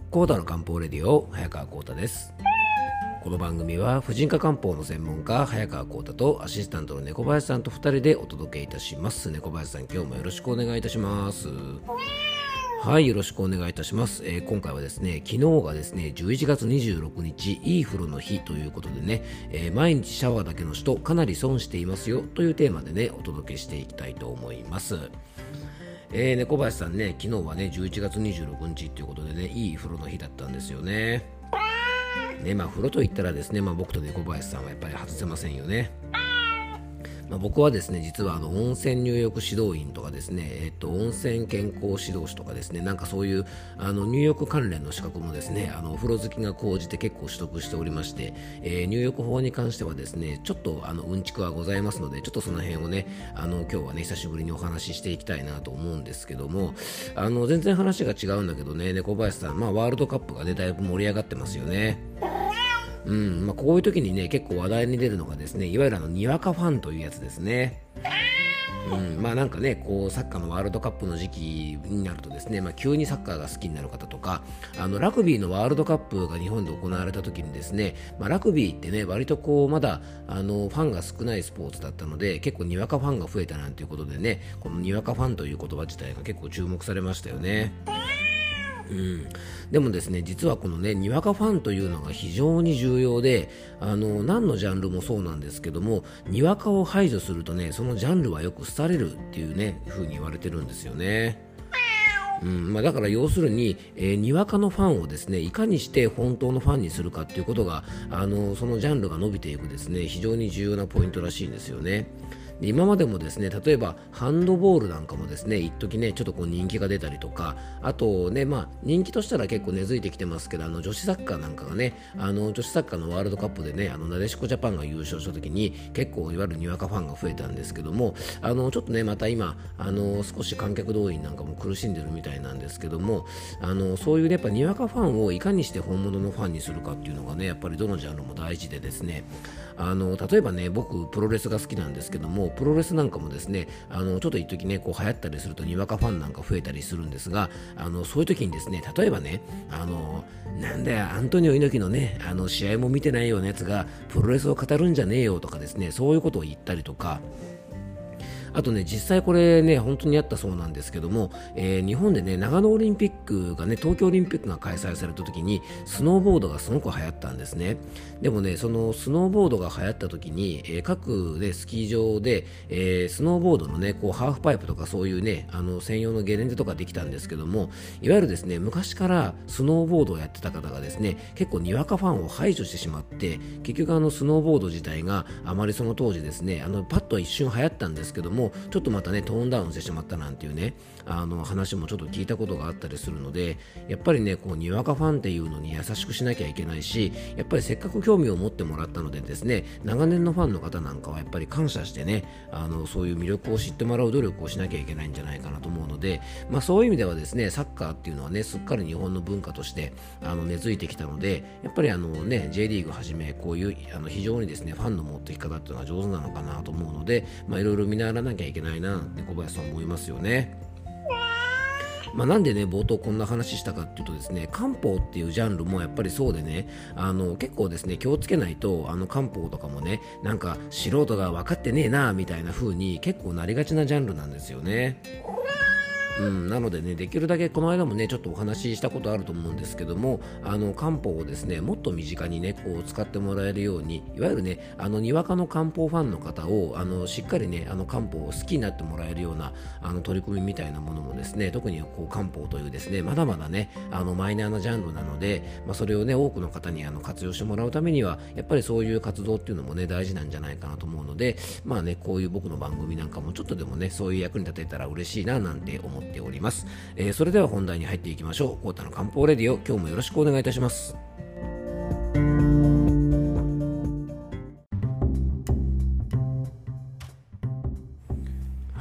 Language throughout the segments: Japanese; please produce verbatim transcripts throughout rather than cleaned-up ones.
コータの漢方レディオ、早川コータです。この番組は婦人科漢方の専門家早川コータとアシスタントの猫林さんとふたりでお届けいたします。猫林さん、今日もよろしくお願いいたします。はい、よろしくお願いいたします。えー、今回はですね、昨日がですねじゅういちがつにじゅうろくにちいい風呂の日ということでね、えー、毎日シャワーだけの人かなり損していますよというテーマでねお届けしていきたいと思います。えー、猫林さんね、昨日はねじゅういちがつにじゅうろくにちということでね、いい風呂の日だったんですよね。ね、まあ風呂といったらですね、まあ、僕と猫林さんはやっぱり外せませんよね。まあ、僕はですね、実はあの温泉入浴指導員とかですね、えっと、温泉健康指導士とかですね、なんかそういうあの入浴関連の資格もですね、あのお風呂好きが高じて結構取得しておりまして、えー、入浴法に関してはですね、ちょっとあのうんちくはございますので、ちょっとその辺をね、あの今日はね、久しぶりにお話ししていきたいなと思うんですけども、あの全然話が違うんだけどね、猫林さん、まあ、ワールドカップがね、だいぶ盛り上がってますよね。うんまあ、こういう時にね結構話題に出るのがですね、いわゆるあのにわかファンというやつですね。うんまあなんかね、こうサッカーのワールドカップの時期になるとですね、まあ、急にサッカーが好きになる方とか、あのラグビーのワールドカップが日本で行われた時にですね、まあ、ラグビーってね割とこうまだあのファンが少ないスポーツだったので、結構にわかファンが増えたなんていうことでね、このにわかファンという言葉自体が結構注目されましたよね。うん、でもですね、実はこのねにわかファンというのが非常に重要で、あの何のジャンルもそうなんですけども、にわかを排除するとね、そのジャンルはよく廃れるっていうね風に言われてるんですよね。うんまあ、だから要するに、えー、にわかのファンをですねいかにして本当のファンにするかっていうことが、あのそのジャンルが伸びていくですね非常に重要なポイントらしいんですよね。で今までもですね、例えばハンドボールなんかもですね一時ねちょっとこう人気が出たりとか、あとねまあ人気としたら結構根付いてきてますけど、あの女子サッカーなんかがね、あの女子サッカーのワールドカップでね、あのなでしこジャパンが優勝した時に結構いわゆるにわかファンが増えたんですけども、あのちょっとねまた今あの少し観客動員なんかも苦しんでるみたいなんですけども、あのそういう、ね、やっぱにわかファンをいかにして本物のファンにするかっていうのがね、やっぱりどのジャンルも大事でですね、あの例えばね僕プロレスが好きなんですけども、プロレスなんかもですね、あのちょっと一時ねこう流行ったりするとにわかファンなんか増えたりするんですが、あのそういう時にですね、例えばね、あのなんだよアントニオ猪木のねあの試合も見てないようなやつがプロレスを語るんじゃねえよとかですね、そういうことを言ったりとか、あとね、実際これね、本当にあったそうなんですけども、えー、日本でね、長野オリンピックがね、東京オリンピックが開催された時に、スノーボードがすごく流行ったんですね。でもね、そのスノーボードが流行った時に、えー、各、ね、スキー場で、えー、スノーボードのね、こうハーフパイプとかそういうね、あの専用のゲレンデとかできたんですけども、いわゆるですね、昔からスノーボードをやってた方がですね、結構にわかファンを排除してしまって、結局あのスノーボード自体があまりその当時ですね、あのパッと一瞬流行ったんですけども、ちょっとまたねトーンダウンしてしまったなんていうね、あの話もちょっと聞いたことがあったりするので、やっぱりねこうにわかファンっていうのに優しくしなきゃいけないし、やっぱりせっかく興味を持ってもらったのでですね、長年のファンの方なんかはやっぱり感謝してね、あのそういう魅力を知ってもらう努力をしなきゃいけないんじゃないかなと思うので、まあ、そういう意味ではですね、サッカーっていうのはねすっかり日本の文化としてあの根付いてきたので、やっぱりあのね J リーグはじめこういうあの非常にですねファンの持っていき方っていうのが上手なのかなと思うので、まあいろいろ見習わなきゃいけないなって小林さん思いますよね。まあ、なんでね冒頭こんな話したかっていうとですね、漢方っていうジャンルもやっぱりそうでね、あの結構ですね気をつけないと、あの漢方とかもねなんか素人が分かってねえなみたいな風に結構なりがちなジャンルなんですよね。うん、なのでね、できるだけこの間もねちょっとお話ししたことあると思うんですけども、あの漢方をですねもっと身近にねこう使ってもらえるように、いわゆるねあのにわかの漢方ファンの方をあのしっかりねあの漢方を好きになってもらえるようなあの取り組みみたいなものもですね、特にこう漢方というですねまだまだねあのマイナーなジャンルなので、まあ、それをね多くの方にあの活用してもらうためにはやっぱりそういう活動っていうのもね大事なんじゃないかなと思うので、まあねこういう僕の番組なんかもちょっとでもねそういう役に立てたら嬉しいななんて思っております。えー、それでは本題に入っていきましょう。コータの漢方レディオ、今日もよろしくお願いいたします。は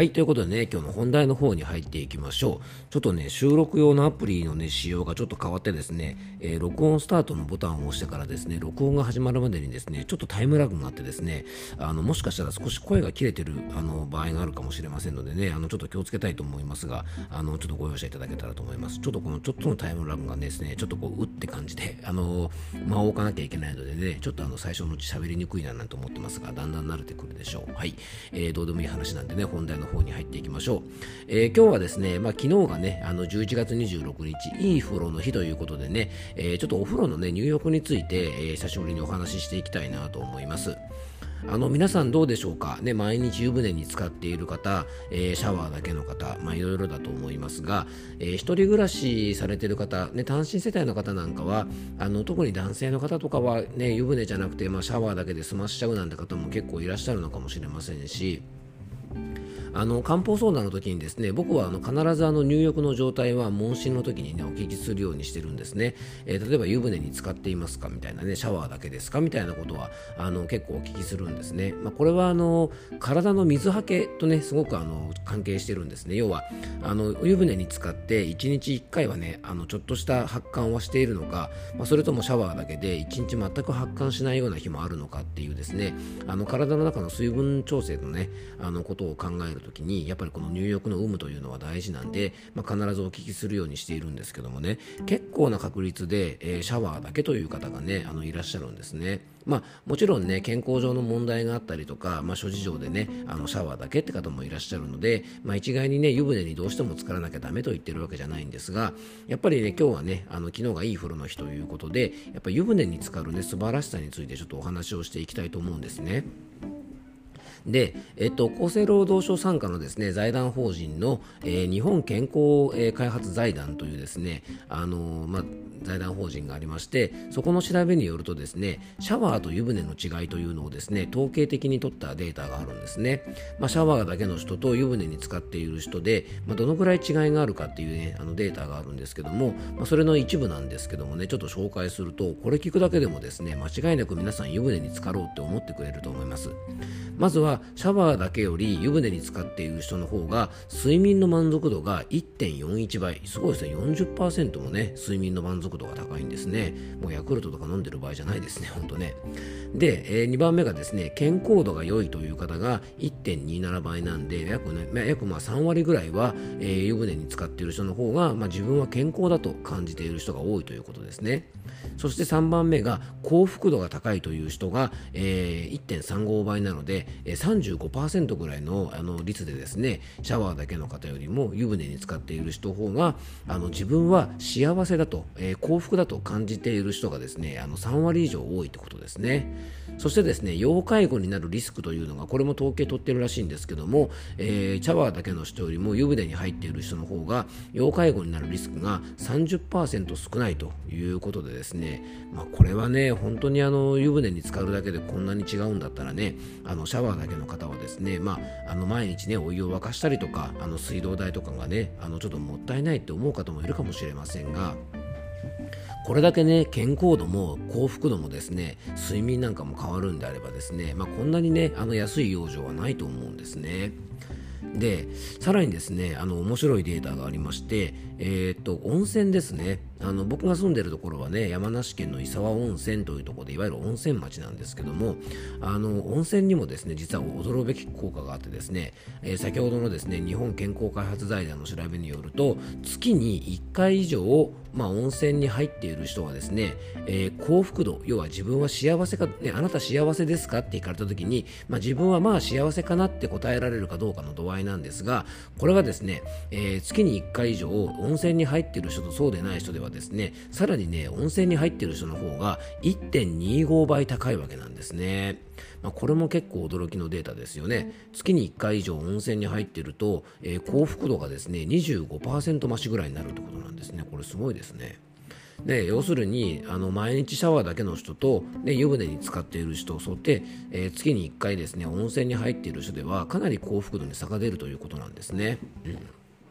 はい、ということでね、今日の本題の方に入っていきましょう。ちょっとね、収録用のアプリのね、仕様がちょっと変わってですね、えー録音スタートのボタンを押してからですね、録音が始まるまでにですね、ちょっとタイムラグがあってですね、あのもしかしたら少し声が切れてるあの場合があるかもしれませんのでね、あのちょっと気をつけたいと思いますが、あのちょっとご容赦いただけたらと思います。ちょっとこのちょっとのタイムラグがですね、ちょっとこう、うって感じで、あの間を置かなきゃいけないのでね、ちょっとあの最初のうち喋りにくいななんて思ってますが、だんだん慣れてくるでしょう。はい、えー、どうでもいい話なんでね、本題の方に入っていきましょう。えー、今日はですね、まあ、昨日がね、あのじゅういちがつにじゅうろくにち、いい風呂の日ということでね、えー、ちょっとお風呂のね、入浴について、えー、久しぶりにお話ししていきたいなと思います。あの皆さんどうでしょうかね、毎日湯船に浸かっている方、えー、シャワーだけの方、まあいろいろだと思いますが、えー、一人暮らしされている方、ね、単身世帯の方なんかは、あの特に男性の方とかはね、湯船じゃなくて、まあ、シャワーだけで済ましちゃうなんて方も結構いらっしゃるのかもしれませんし、あの漢方相談の時にですね、僕はあの必ずあの入浴の状態は問診の時にねお聞きするようにしてるんですね。えー、例えば湯船に浸かっていますかみたいなね、シャワーだけですかみたいなことはあの結構お聞きするんですね。まあ、これはあの体の水はけとねすごくあの関係してるんですね。要はあの湯船に浸かっていちにちいっかいはね、あのちょっとした発汗はしているのか、まあ、それともシャワーだけでいちにち全く発汗しないような日もあるのかっていうですね、あの体の中の水分調整のねあのことを考えるときにやっぱりこの入浴の有無というのは大事なんで、まあ、必ずお聞きするようにしているんですけどもね、結構な確率で、えー、シャワーだけという方がねあのいらっしゃるんですね。まあもちろんね健康上の問題があったりとか、まあ、諸事情でねあのシャワーだけって方もいらっしゃるので、まあ、一概にね湯船にどうしても浸からなきゃダメと言ってるわけじゃないんですが、やっぱりね今日はねあの昨日がいい風呂の日ということで、やっぱり湯船に浸かるね素晴らしさについてちょっとお話をしていきたいと思うんですね。で、えっと、厚生労働省傘下のですね財団法人の、えー日本健康、えー開発財団というですね、あのーまあ、財団法人がありまして、そこの調べによるとですね、シャワーと湯船の違いというのをですね統計的に取ったデータがあるんですね。まあ、シャワーだけの人と湯船に浸かっている人で、まあ、どのくらい違いがあるかっていう、ね、あのデータがあるんですけども、まあ、それの一部なんですけどもね、ちょっと紹介すると、これ聞くだけでもですね間違いなく皆さん湯船に浸かろうって思ってくれると思います。まずはシャワーだけより湯船に浸かっている人の方が睡眠の満足度が いってんよんいち 倍、すごいですね。 よんじゅっパーセント もね睡眠の満足度が高いんですね。もうヤクルトとか飲んでる場合じゃないですね、ほんとね。で、えー、にばんめがですね、健康度が良いという方が いってんにじゅうなな 倍なんで、約、ね、約まあさんわりぐらいは、えー、湯船に浸かっている人の方が、まあ、自分は健康だと感じている人が多いということですね。そしてさんばんめが幸福度が高いという人が、えー、いってんさんご 倍なので、えー、さんじゅうごパーセント ぐらいの、あの率でですね、シャワーだけの方よりも湯船に浸かっている人の方があの自分は幸せだと、えー、幸福だと感じている人がですね、あのさんわり以上多いということですね。そしてですね、要介護になるリスクというのが、これも統計取ってるらしいんですけども、えー、シャワーだけの人よりも湯船に入っている人の方が要介護になるリスクが さんじゅっパーセント 少ないということでですね、まあ、これはね本当にあの湯船に浸かるだけでこんなに違うんだったらね、あのシャワーだけの方はですね、まあ、あの毎日ねお湯を沸かしたりとか、あの水道代とかがねあのちょっともったいないって思う方もいるかもしれませんが、これだけね健康度も幸福度もですね睡眠なんかも変わるんであればですね、まあ、こんなにねあの安い養生はないと思うんですね。でさらにですね、あの面白いデータがありまして、えー、っと温泉ですね。あの僕が住んでるところはね、山梨県の伊沢温泉というところで、いわゆる温泉町なんですけども、あの温泉にもですね実は驚くべき効果があってですね、えー、先ほどのですね日本健康開発財団の調べによると、月にいっかい以上、まあ、温泉に入っている人はですね、えー幸福度、要は自分は幸せか、ね、あなた幸せですかって聞かれた時に、まあ、自分はまあ幸せかなって答えられるかどうかの度合いなんですが、これがですね、えー月にいっかい以上温泉に入っている人とそうでない人ではですね、さらにね温泉に入っている人の方が いってんにじゅうご 倍高いわけなんですね。まあ、これも結構驚きのデータですよね。月にいっかい以上温泉に入っていると、えー幸福度がですね にじゅうごパーセント 増しぐらいになるってことなんですね。これすごいですね。で要するにあの毎日シャワーだけの人と、ね、湯船に浸かっている人、そして、えー月にいっかいですね温泉に入っている人ではかなり幸福度に差が出るということなんですね。うん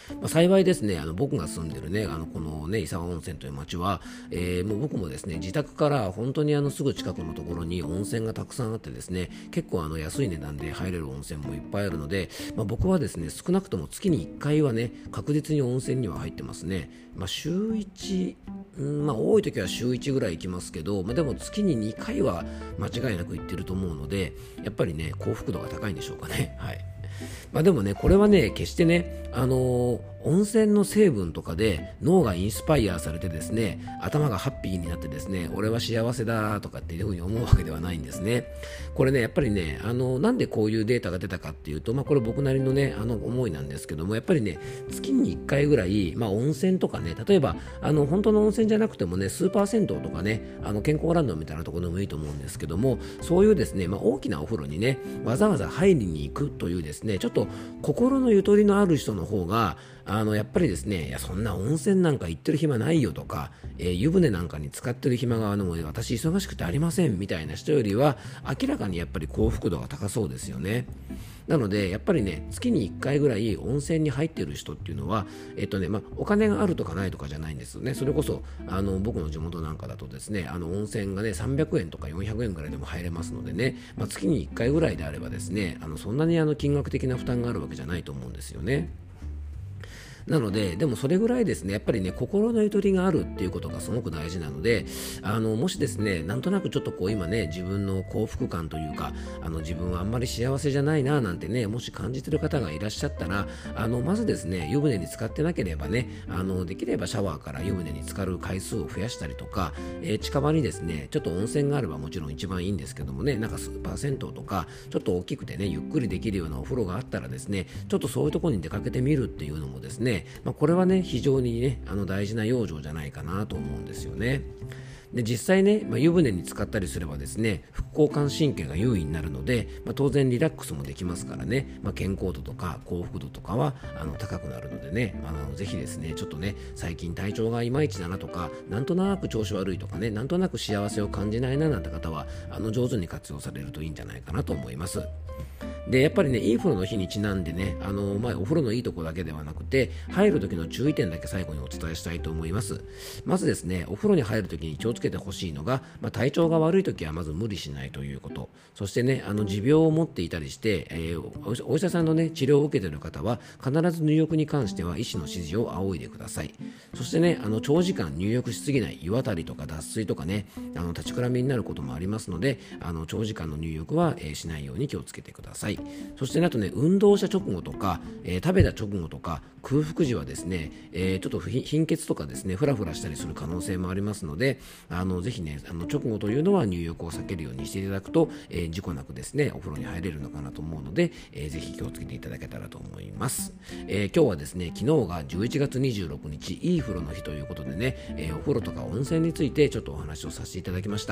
まあ、幸いですね、あの僕が住んでるね、あのこのね、伊沢温泉という町は、えー、もう僕もですね、自宅から本当にあのすぐ近くのところに温泉がたくさんあってですね、結構あの安い値段で入れる温泉もいっぱいあるので、まあ、僕はですね、少なくとも月にいっかいはね、確実に温泉には入ってますね。まあ、週いち、うんまあ、多い時は週いちぐらい行きますけど、まあ、でも月ににかいは間違いなく行ってると思うので、やっぱりね、幸福度が高いんでしょうかね。はい。まあ、でもね、これはね、決してね、あのー、温泉の成分とかで脳がインスパイアされてですね、頭がハッピーになってですね、俺は幸せだとかっていうふうに思うわけではないんですね。これね、やっぱりね、あのなんでこういうデータが出たかっていうと、まあ、これ僕なりのね、あの思いなんですけども、やっぱりね、月にいっかいぐらい、まあ、温泉とかね、例えばあの本当の温泉じゃなくてもね、スーパー銭湯とかね、あの健康ランドみたいなところでもいいと思うんですけども、そういうですね、まあ、大きなお風呂にね、わざわざ入りに行くというですね、ちょっと心のゆとりのある人の方が、あのやっぱりですね、いやそんな温泉なんか行ってる暇ないよとか、えー、湯船なんかに使ってる暇があの私忙しくてありませんみたいな人よりは明らかにやっぱり幸福度が高そうですよね。なのでやっぱりね、月にいっかいぐらい温泉に入っている人っていうのは、えっとねまあ、お金があるとかないとかじゃないんですよね。それこそあの僕の地元なんかだとですね、あの温泉がねさんびゃくえんとかよんひゃくえんぐらいでも入れますのでね、まあ、月にいっかいぐらいであればですね、あのそんなにあの金額的な負担があるわけじゃないと思うんですよね。なので、でもそれぐらいですね、やっぱりね、心のゆとりがあるっていうことがすごく大事なので、あの、もしですね、なんとなくちょっとこう今ね、自分の幸福感というか、あの、自分はあんまり幸せじゃないな、なんてね、もし感じてる方がいらっしゃったら、あの、まずですね、湯船に浸かってなければね、あの、できればシャワーから湯船に浸かる回数を増やしたりとか、えー、近場にですね、ちょっと温泉があればもちろん一番いいんですけどもね、なんかスーパー銭湯とか、ちょっと大きくてね、ゆっくりできるようなお風呂があったらですね、ちょっとそういうところに出かけてみるっていうのもですね、まあ、これはね非常にねあの大事な養生じゃないかなと思うんですよね。で実際ね、まあ、湯船に浸かったりすればですね、副交感神経が優位になるので、まあ、当然リラックスもできますからね、まあ、健康度とか幸福度とかはあの高くなるのでね、あのぜひですね、ちょっとね最近体調がいまいちだなとか、なんとなく調子悪いとかね、なんとなく幸せを感じないななんて方はあの上手に活用されるといいんじゃないかなと思います。でやっぱりね、いい風呂の日にちなんでね、あの、まあ、お風呂のいいところだけではなくて、入る時の注意点だけ最後にお伝えしたいと思います。まずですね、お風呂に入る時に気をつけてほしいのが、まあ、体調が悪い時はまず無理しないということ。そしてね、あの持病を持っていたりして、えー、お医者さんのね治療を受けている方は必ず入浴に関しては医師の指示を仰いでください。そしてね、あの長時間入浴しすぎない、湯あたりとか脱水とかね、あの立ちくらみになることもありますので、あの長時間の入浴は、えー、しないように気をつけてください。そしてね、あとね、運動した直後とか、えー、食べた直後とか空腹時はですね、えー、ちょっと貧血とかですね、フラフラしたりする可能性もありますので、あのぜひね、あの直後というのは入浴を避けるようにしていただくと、えー、事故なくですねお風呂に入れるのかなと思うので、えー、ぜひ気をつけていただけたらと思います。えー、今日はですね、昨日がじゅういちがつにじゅうろくにちいい風呂の日ということでね、えー、お風呂とか温泉についてちょっとお話をさせていただきました。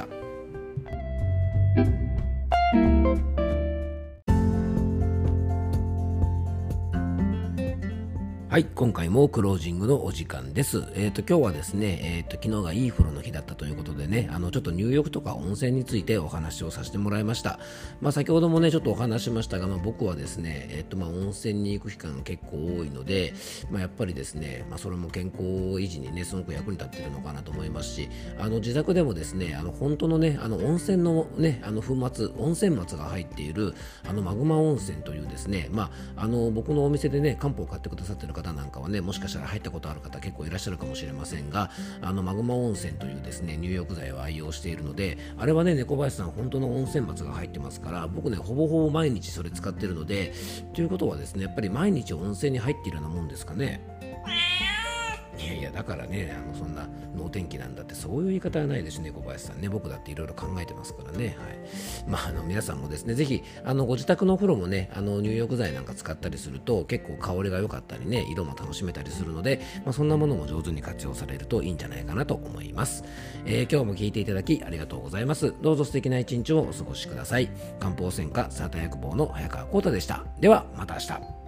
はい、今回もクロージングのお時間です。えっと、今日はですね、えっと、昨日がいい風呂の日だったということでね、あの、ちょっと入浴とか温泉についてお話をさせてもらいました。まあ、先ほどもね、ちょっとお話しましたが、まあ、僕はですね、えっと、まあ、温泉に行く期間結構多いので、まあ、やっぱりですね、まあ、それも健康維持にね、すごく役に立っているのかなと思いますし、あの、自宅でもですね、あの、本当のね、あの、温泉のね、あの、粉末、温泉末が入っている、あの、マグマ温泉というですね、まあ、あの、僕のお店でね、漢方を買ってくださっている方なんかはね、もしかしたら入ったことある方結構いらっしゃるかもしれませんが、あのマグマ温泉というですね入浴剤を愛用しているので、あれはね、猫林さん本当の温泉末が入ってますから、僕ねほぼほぼ毎日それ使ってるので、ということはですね、やっぱり毎日温泉に入っているようなもんですかね。いやいや、だからね、あのそんな能天気なんだってそういう言い方はないですね、小林さんね。僕だっていろいろ考えてますからね。はい。まあ、あの皆さんもですね、ぜひあのご自宅のお風呂もね、あの入浴剤なんか使ったりすると結構香りが良かったりね、色も楽しめたりするので、まあ、そんなものも上手に活用されるといいんじゃないかなと思います。えー、今日も聞いていただきありがとうございます。どうぞ素敵な一日をお過ごしください。漢方専科サーター薬房の早川浩太でした。ではまた明日。